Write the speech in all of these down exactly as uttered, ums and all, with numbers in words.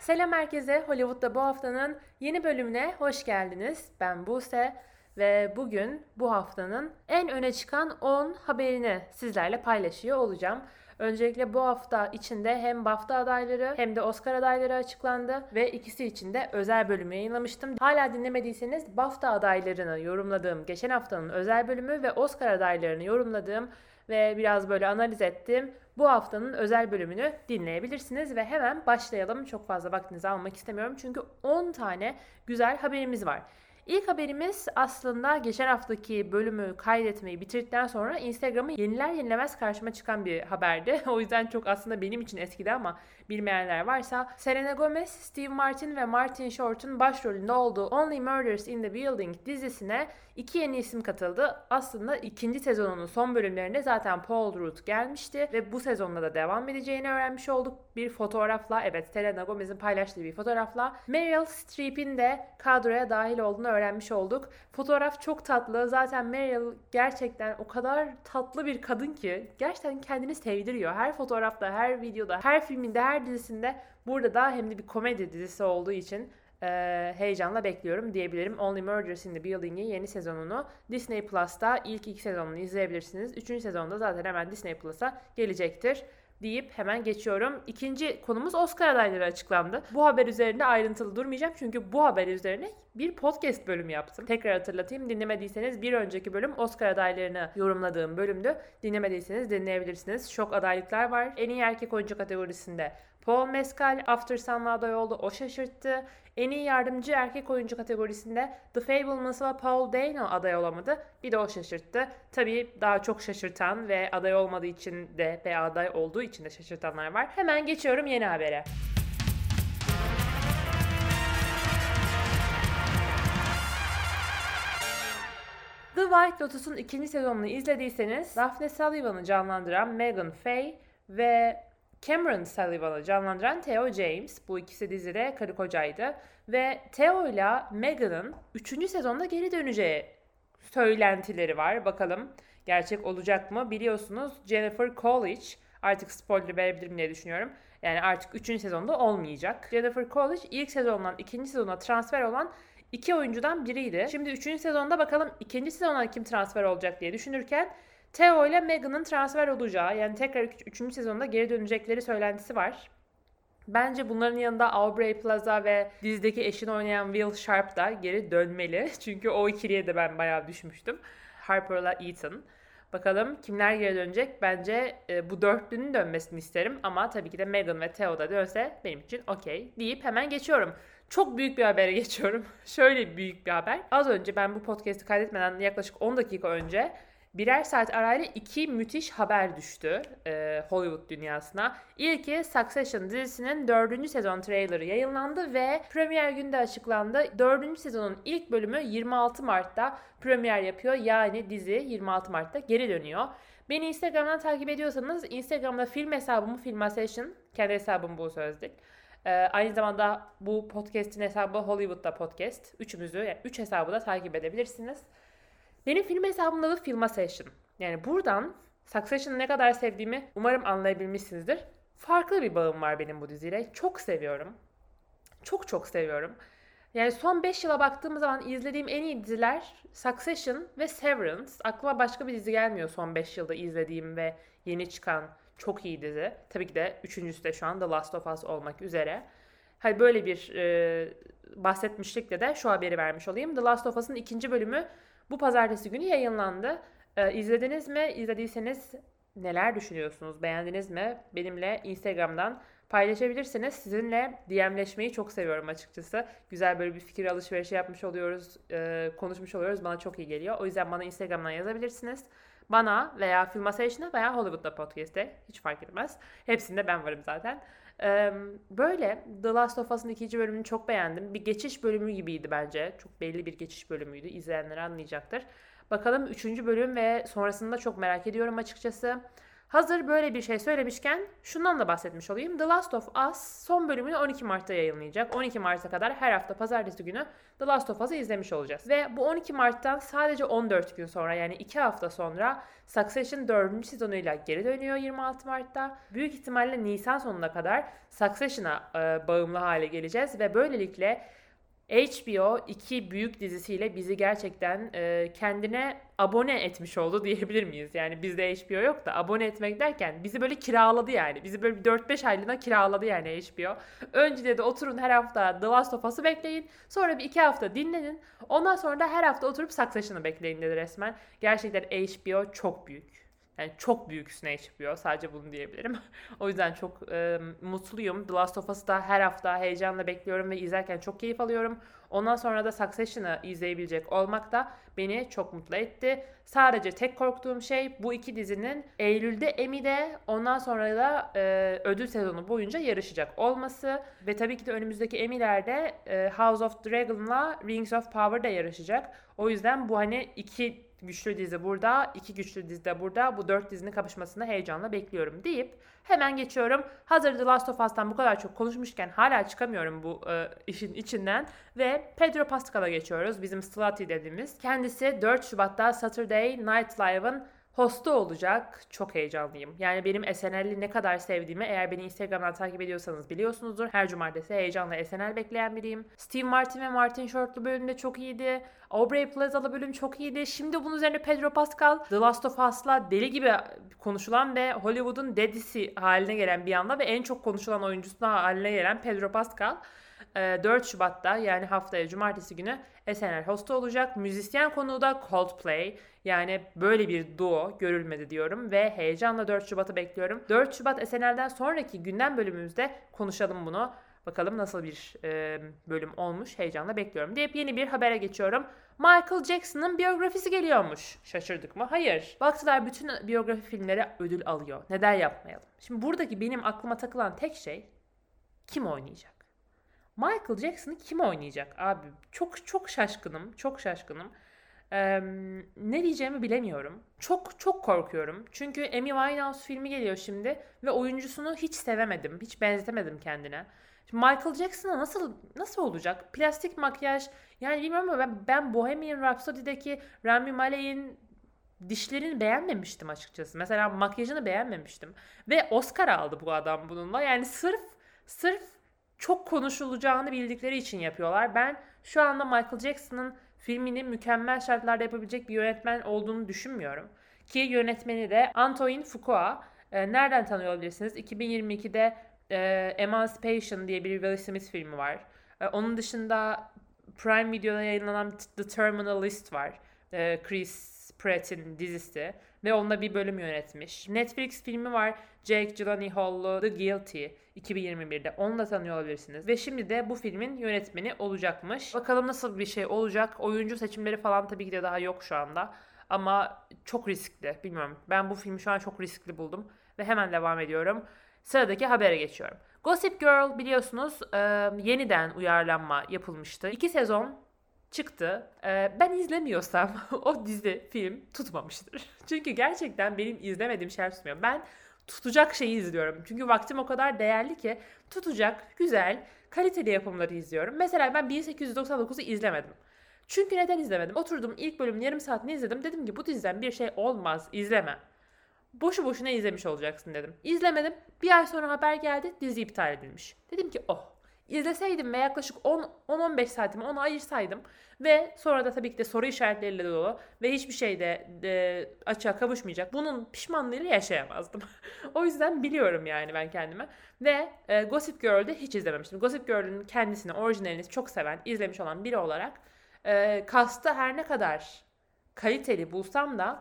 Selam herkese, Hollywood'da bu haftanın yeni bölümüne hoş geldiniz. Ben Buse ve bugün bu haftanın en öne çıkan on haberini sizlerle paylaşıyor olacağım. Öncelikle bu hafta içinde hem BAFTA adayları hem de Oscar adayları açıklandı ve ikisi için de özel bölüm yayınlamıştım. Hala dinlemediyseniz BAFTA adaylarını yorumladığım geçen haftanın özel bölümü ve Oscar adaylarını yorumladığım ve biraz böyle analiz ettiğim bu haftanın özel bölümünü dinleyebilirsiniz ve hemen başlayalım. Çok fazla vaktinizi almak istemiyorum çünkü on tane güzel haberimiz var. İlk haberimiz aslında geçen haftaki bölümü kaydetmeyi bitirdikten sonra Instagram'ı yeniler yenilemez karşıma çıkan bir haberdi. O yüzden çok aslında benim için eskidi ama bilmeyenler varsa Selena Gomez, Steve Martin ve Martin Short'un başrolünde olduğu Only Murders in the Building dizisine iki yeni isim katıldı. Aslında ikinci sezonunun son bölümlerinde zaten Paul Rudd gelmişti ve bu sezonda da devam edeceğini öğrenmiş olduk. Bir fotoğrafla, evet Selena Gomez'in paylaştığı bir fotoğrafla Meryl Streep'in de kadroya dahil olduğunu öğrenmiş olduk. Fotoğraf çok tatlı. Zaten Meryl gerçekten o kadar tatlı bir kadın ki gerçekten kendini sevdiriyor. Her fotoğrafta, her videoda, her filminde, her dizisinde, burada da hem de bir komedi dizisi olduğu için Ee, heyecanla bekliyorum diyebilirim. Only Murders in the Building'in yeni sezonunu Disney Plus'ta ilk iki sezonunu izleyebilirsiniz. Üçüncü sezonda zaten hemen Disney Plus'a gelecektir deyip hemen geçiyorum. İkinci konumuz Oscar adayları açıklandı. Bu haber üzerinde ayrıntılı durmayacağım çünkü bu haber üzerine bir podcast bölümü yaptım. Tekrar hatırlatayım, dinlemediyseniz bir önceki bölüm Oscar adaylarını yorumladığım bölümdü. Dinlemediyseniz dinleyebilirsiniz. Şok adaylıklar var. En iyi erkek oyuncu kategorisinde Paul Mescal After Sun'la aday oldu. O şaşırttı. En iyi yardımcı erkek oyuncu kategorisinde The Fabelmans'la Paul Dano aday olamadı. Bir de o şaşırttı. Tabii daha çok şaşırtan ve aday olmadığı için de ve aday olduğu için de şaşırtanlar var. Hemen geçiyorum yeni habere. The White Lotus'un ikinci sezonunu izlediyseniz Daphne Sullivan'ı canlandıran Megan Fay ve Cameron Sullivan'ı canlandıran Theo James, bu ikisi dizide karı kocaydı ve Theo ile Megan'ın üçüncü sezonda geri döneceği söylentileri var. Bakalım gerçek olacak mı? Biliyorsunuz Jennifer Coolidge, artık spoiler verebilirim diye düşünüyorum. Yani artık üçüncü sezonda olmayacak. Jennifer Coolidge ilk sezondan ikinci sezona transfer olan iki oyuncudan biriydi. Şimdi üçüncü sezonda bakalım ikinci sezona kim transfer olacak diye düşünürken Theo ile Megan'ın transfer olacağı, yani tekrar üçüncü sezonda geri dönecekleri söylentisi var. Bence bunların yanında Aubrey Plaza ve dizideki eşini oynayan Will Sharp da geri dönmeli. Çünkü o ikiliye de ben bayağı düşmüştüm. Harper'la Ethan. Bakalım kimler geri dönecek? Bence e, bu dörtlünün dönmesini isterim. Ama tabii ki de Megan ve Theo da dönse benim için okey deyip hemen geçiyorum. Çok büyük bir habere geçiyorum. Şöyle büyük bir haber. Az önce ben bu podcast'i kaydetmeden yaklaşık on dakika önce birer saat arayla iki müthiş haber düştü e, Hollywood dünyasına. İlki Succession dizisinin dördüncü sezon trailerı yayınlandı ve premier günde açıklandı. dördüncü sezonun ilk bölümü yirmi altı Mart'ta premier yapıyor. Yani dizi yirmi altı Mart'ta geri dönüyor. Beni Instagram'dan takip ediyorsanız Instagram'da film hesabımı Filmasession, kendi hesabım bu sözlük. Ee, aynı zamanda bu podcast'in hesabı Hollywood'da podcast. Üçümüzü, yani üç hesabı da takip edebilirsiniz. Benim film hesabımda da Filmasession. Yani buradan Succession'ı ne kadar sevdiğimi umarım anlayabilmişsinizdir. Farklı bir bağım var benim bu diziyle. Çok seviyorum. Çok çok seviyorum. Yani son beş yıla baktığım zaman izlediğim en iyi diziler Succession ve Severance. Aklıma başka bir dizi gelmiyor son beş yılda izlediğim ve yeni çıkan çok iyi dizi. Tabii ki de üçüncüsü de şu an The Last of Us olmak üzere. Hani böyle bir e, bahsetmişlikle de şu haberi vermiş olayım. The Last of Us'ın ikinci bölümü bu pazartesi günü yayınlandı. Ee, izlediniz mi? İzlediyseniz neler düşünüyorsunuz? Beğendiniz mi? Benimle Instagram'dan paylaşabilirsiniz. Sizinle D M'leşmeyi çok seviyorum açıkçası. Güzel böyle bir fikir alışverişi yapmış oluyoruz, e, konuşmuş oluyoruz. Bana çok iyi geliyor. O yüzden bana Instagram'dan yazabilirsiniz. Bana veya Filmasation'a veya Hollywood'da podcast'te, hiç fark etmez. Hepsinde ben varım zaten. Ee, böyle The Last of Us'ın ikinci bölümünü çok beğendim. Bir geçiş bölümü gibiydi bence. Çok belli bir geçiş bölümüydü. İzleyenler anlayacaktır. Bakalım üçüncü bölüm ve sonrasında çok merak ediyorum açıkçası. Hazır böyle bir şey söylemişken şundan da bahsetmiş olayım. The Last of Us son bölümünü on iki Mart'ta yayınlayacak. on iki Mart'a kadar her hafta pazartesi günü The Last of Us'ı izlemiş olacağız. Ve bu on iki Mart'tan sadece on dört gün sonra, yani iki hafta sonra Succession dördüncü sezonuyla geri dönüyor yirmi altı Mart'ta. Büyük ihtimalle Nisan sonuna kadar Succession'a e, bağımlı hale geleceğiz ve böylelikle H B O iki büyük dizisiyle bizi gerçekten e, kendine abone etmiş oldu diyebilir miyiz? Yani bizde H B O yok da abone etmek derken bizi böyle kiraladı yani. Bizi böyle dört beş aylığına kiraladı yani H B O. Önce dedi oturun her hafta The Last of Us'ı bekleyin. Sonra bir iki hafta dinlenin. Ondan sonra da her hafta oturup Succession'ı bekleyin dedi resmen. Gerçekten H B O çok büyük. Yani çok büyük üstüne H B O. Sadece bunu diyebilirim. O yüzden çok e, mutluyum. The Last of Us'ı da her hafta heyecanla bekliyorum ve izlerken çok keyif alıyorum. Ondan sonra da Succession'ı izleyebilecek olmak da beni çok mutlu etti. Sadece tek korktuğum şey bu iki dizinin Eylül'de Emmy'de, ondan sonra da e, ödül sezonu boyunca yarışacak olması. Ve tabii ki de önümüzdeki Emmy'lerde e, House of Dragon'la Rings of Power'da yarışacak. O yüzden bu hani iki güçlü dizi burada, iki güçlü dizi de burada. Bu dört dizinin kapışmasını heyecanla bekliyorum deyip hemen geçiyorum. Hazır The Last of Us'tan bu kadar çok konuşmuşken hala çıkamıyorum bu e, işin içinden ve Pedro Pascal'a geçiyoruz. Bizim Slutty dediğimiz. Kendisi dört Şubat'ta Saturday Night Live'ın hostu olacak. Çok heyecanlıyım. Yani benim S N L'i ne kadar sevdiğimi eğer beni Instagram'dan takip ediyorsanız biliyorsunuzdur. Her cumartesi heyecanla S N L bekleyen biriyim. Steve Martin ve Martin Short'lu bölümde çok iyiydi. Aubrey Plaza'lı bölüm çok iyiydi. Şimdi bunun üzerine Pedro Pascal The Last of Us'la deli gibi konuşulan ve Hollywood'un dedisi haline gelen bir anda ve en çok konuşulan oyuncusu haline gelen Pedro Pascal dört Şubat'ta yani haftaya cumartesi günü S N L hostu olacak. Müzisyen konuğu da Coldplay. Yani böyle bir duo görülmedi diyorum ve heyecanla dört Şubat'ı bekliyorum. dört Şubat S N L'den sonraki gündem bölümümüzde konuşalım bunu. Bakalım nasıl bir e, bölüm olmuş, heyecanla bekliyorum deyip yeni bir habere geçiyorum. Michael Jackson'ın biyografisi geliyormuş. Şaşırdık mı? Hayır. Baktılar bütün biyografi filmleri ödül alıyor. Neden yapmayalım? Şimdi buradaki benim aklıma takılan tek şey kim oynayacak? Michael Jackson'ı kim oynayacak abi? Çok çok şaşkınım. Çok şaşkınım. Ee, ne diyeceğimi bilemiyorum. Çok çok korkuyorum. Çünkü Amy Winehouse filmi geliyor şimdi ve oyuncusunu hiç sevemedim. Hiç benzetemedim kendine. Şimdi Michael Jackson'a nasıl nasıl olacak? Plastik makyaj, yani bilmiyorum ama ben, ben Bohemian Rhapsody'deki Rami Malek'in dişlerini beğenmemiştim açıkçası. Mesela makyajını beğenmemiştim. Ve Oscar aldı bu adam bununla. Yani sırf sırf çok konuşulacağını bildikleri için yapıyorlar. Ben şu anda Michael Jackson'ın filmini mükemmel şartlarda yapabilecek bir yönetmen olduğunu düşünmüyorum. Ki yönetmeni de Antoine Fuqua. E, nereden tanıyor olabilirsiniz? iki bin yirmi ikide e, Emancipation diye bir Will Smith filmi var. E, onun dışında Prime Video'da yayınlanan The Terminal List var. E, Chris Pratt'in dizisi. Ve onunla bir bölüm yönetmiş. Netflix filmi var. Jake Gyllenhaal'lı The Guilty iki bin yirmi birde. Onu da tanıyor olabilirsiniz. Ve şimdi de bu filmin yönetmeni olacakmış. Bakalım nasıl bir şey olacak. Oyuncu seçimleri falan tabii ki de daha yok şu anda. Ama çok riskli. Bilmiyorum. Ben bu filmi şu an çok riskli buldum. Ve hemen devam ediyorum. Sıradaki habere geçiyorum. Gossip Girl biliyorsunuz e, yeniden uyarlanma yapılmıştı. İki sezon çıktı. Ee, ben izlemiyorsam o dizi, film tutmamıştır. Çünkü gerçekten benim izlemediğim şeyler tutmuyor. Ben tutacak şeyi izliyorum. Çünkü vaktim o kadar değerli ki tutacak, güzel, kaliteli yapımları izliyorum. Mesela ben bin sekiz yüz doksan dokuzu izlemedim. Çünkü neden izlemedim? Oturdum ilk bölümün yarım saatini izledim. Dedim ki bu diziden bir şey olmaz, izleme. Boşu boşuna izlemiş olacaksın dedim. İzlemedim. Bir ay sonra haber geldi, dizi iptal edilmiş. Dedim ki oh. İzleseydim ve yaklaşık on on beş saatimi ona ayırsaydım ve sonra da tabii ki de soru işaretleriyle dolu ve hiçbir şeyde de açığa kavuşmayacak. Bunun pişmanlığıyla yaşayamazdım. O yüzden biliyorum yani ben kendime. Ve e, Gossip Girl'de hiç izlememiştim. Gossip Girl'ün kendisini, orijinalini çok seven, izlemiş olan biri olarak e, kasta her ne kadar kaliteli bulsam da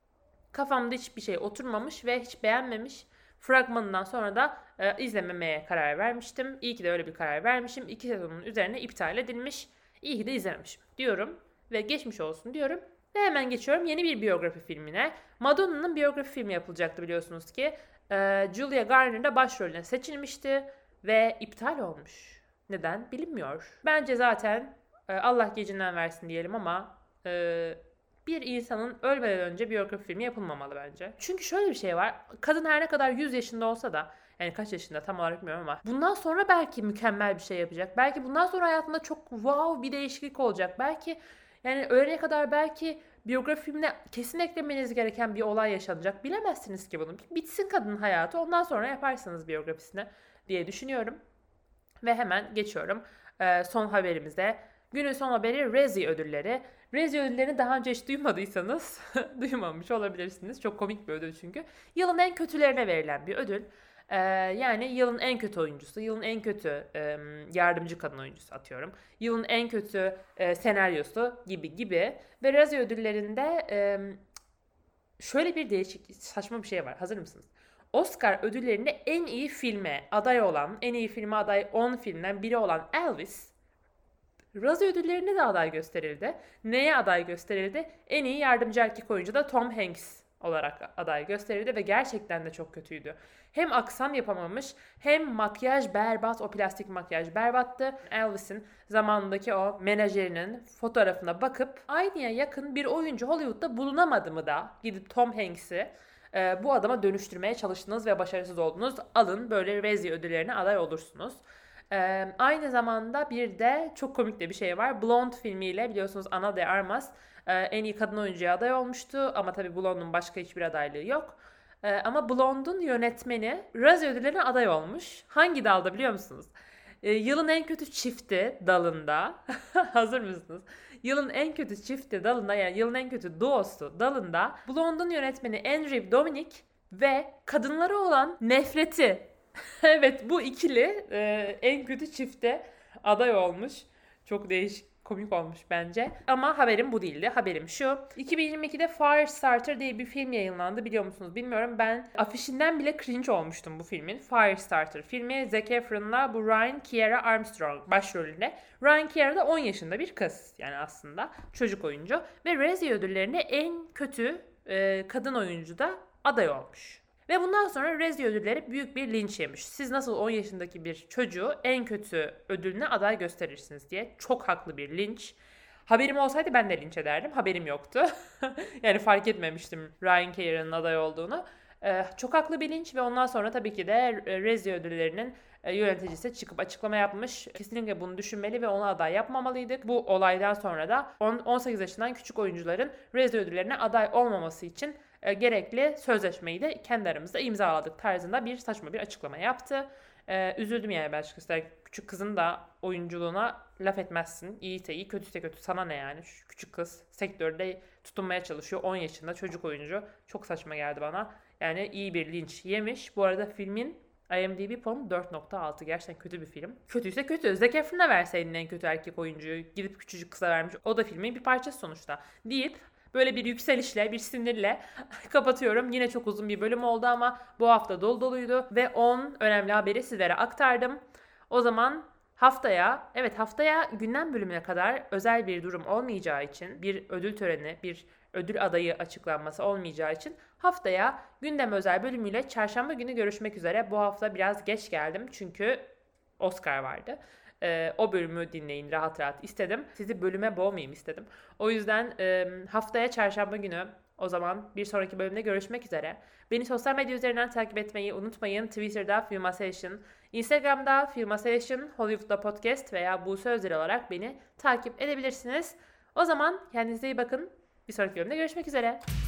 kafamda hiçbir şey oturmamış ve hiç beğenmemiş. Fragmanından sonra da e, izlememeye karar vermiştim. İyi ki de öyle bir karar vermişim. İki sezonun üzerine iptal edilmiş. İyi ki de izlememişim diyorum. Ve geçmiş olsun diyorum. Ve hemen geçiyorum yeni bir biyografi filmine. Madonna'nın biyografi filmi yapılacaktı biliyorsunuz ki. E, Julia Garner da başrolüne seçilmişti. Ve iptal olmuş. Neden? Bilinmiyor. Bence zaten e, Allah gecinden versin diyelim ama... E, bir insanın ölmeden önce biyografi filmi yapılmamalı bence. Çünkü şöyle bir şey var. Kadın her ne kadar yüz yaşında olsa da, yani kaç yaşında tam olarak bilmiyorum ama bundan sonra belki mükemmel bir şey yapacak. Belki bundan sonra hayatında çok wow bir değişiklik olacak. Belki yani ölene kadar belki biyografi filmine kesin eklemeniz gereken bir olay yaşanacak. Bilemezsiniz ki bunu. Bitsin kadının hayatı, ondan sonra yaparsınız biyografisini diye düşünüyorum. Ve hemen geçiyorum ee, son haberimize. Günün son haberi Razzie ödülleri. Razzie ödüllerini daha önce hiç duymadıysanız duymamış olabilirsiniz. Çok komik bir ödül çünkü. Yılın en kötülerine verilen bir ödül. Ee, yani yılın en kötü oyuncusu, yılın en kötü e, yardımcı kadın oyuncusu atıyorum. Yılın en kötü e, senaryosu gibi gibi. Ve Razzie ödüllerinde e, şöyle bir değişik, saçma bir şey var. Hazır mısınız? Oscar ödüllerinde en iyi filme aday olan, en iyi filme aday on filmden biri olan Elvis, Razzie ödüllerine de aday gösterildi. Neye aday gösterildi? En iyi yardımcı erkek oyuncu da Tom Hanks olarak aday gösterildi ve gerçekten de çok kötüydü. Hem aksan yapamamış, hem makyaj berbat, o plastik makyaj berbattı. Elvis'in zamanındaki o menajerinin fotoğrafına bakıp aynıya yakın bir oyuncu Hollywood'da bulunamadı mı da gidip Tom Hanks'i e, bu adama dönüştürmeye çalıştınız ve başarısız oldunuz. Alın böyle Razzie ödüllerine aday olursunuz. Ee, aynı zamanda bir de çok komik de bir şey var. Blonde filmiyle biliyorsunuz Ana de Armas e, en iyi kadın oyuncuya aday olmuştu. Ama tabii Blonde'un başka hiçbir adaylığı yok. E, ama Blonde'un yönetmeni Razzie ödüllerine aday olmuş. Hangi dalda biliyor musunuz? E, yılın en kötü çifti dalında. Hazır mısınız? Yılın en kötü çifti dalında, yani yılın en kötü duosu dalında Blonde'un yönetmeni Andrew Dominik ve kadınlara olan nefreti. Evet, bu ikili e, en kötü çifte aday olmuş. Çok değişik, komik olmuş bence. Ama haberim bu değildi. Haberim şu. iki bin yirmi ikide Firestarter diye bir film yayınlandı. Biliyor musunuz bilmiyorum. Ben afişinden bile cringe olmuştum bu filmin. Firestarter filmi Zac Efron'la bu Ryan Kiera Armstrong başrolünde. Ryan Kiera da on yaşında bir kız. Yani aslında çocuk oyuncu. Ve Razzie ödüllerine en kötü e, kadın oyuncu da aday olmuş. Ve bundan sonra Razzie ödülleri büyük bir linç yemiş. Siz nasıl on yaşındaki bir çocuğu en kötü ödülüne aday gösterirsiniz diye. Çok haklı bir linç. Haberim olsaydı ben de linç ederdim. Haberim yoktu. Yani fark etmemiştim Ryan Kiera'nın aday olduğunu. Ee, çok haklı bir linç ve ondan sonra tabii ki de Razzie ödüllerinin yöneticisi çıkıp açıklama yapmış. Kesinlikle bunu düşünmeli ve ona aday yapmamalıydık. Bu olaydan sonra da on sekiz yaşından küçük oyuncuların Razzie ödüllerine aday olmaması için gerekli sözleşmeyi de kendi aramızda imzaladık tarzında bir saçma bir açıklama yaptı. Ee, üzüldüm yani ben açıkçası. Küçük kızın da oyunculuğuna laf etmezsin. İyiyse iyi, kötüyse kötü. Sana ne yani? Şu küçük kız sektörde tutunmaya çalışıyor. on yaşında çocuk oyuncu. Çok saçma geldi bana. Yani iyi bir linç yemiş. Bu arada filmin I M D B puanı dört nokta altı. Gerçekten kötü bir film. Kötüyse kötü. Zac Efron'a verseydin en kötü erkek oyuncuyu. Gidip küçücük kıza vermiş. O da filmin bir parçası sonuçta. Deyip böyle bir yükselişle, bir sinirle kapatıyorum. Yine çok uzun bir bölüm oldu ama bu hafta dolu doluydu. Ve on önemli haberi sizlere aktardım. O zaman haftaya, evet haftaya gündem bölümüne kadar özel bir durum olmayacağı için, bir ödül töreni, bir ödül adayı açıklanması olmayacağı için haftaya gündem özel bölümüyle çarşamba günü görüşmek üzere. Bu hafta biraz geç geldim çünkü Oscar vardı. Ee, o bölümü dinleyin rahat rahat istedim. Sizi bölüme boğmayayım istedim. O yüzden e, haftaya çarşamba günü o zaman bir sonraki bölümde görüşmek üzere. Beni sosyal medya üzerinden takip etmeyi unutmayın. Twitter'da Filmasation, Instagram'da Filmasation, Hollywood'da podcast veya Buse Özel olarak beni takip edebilirsiniz. O zaman kendinize iyi bakın. Bir sonraki bölümde görüşmek üzere.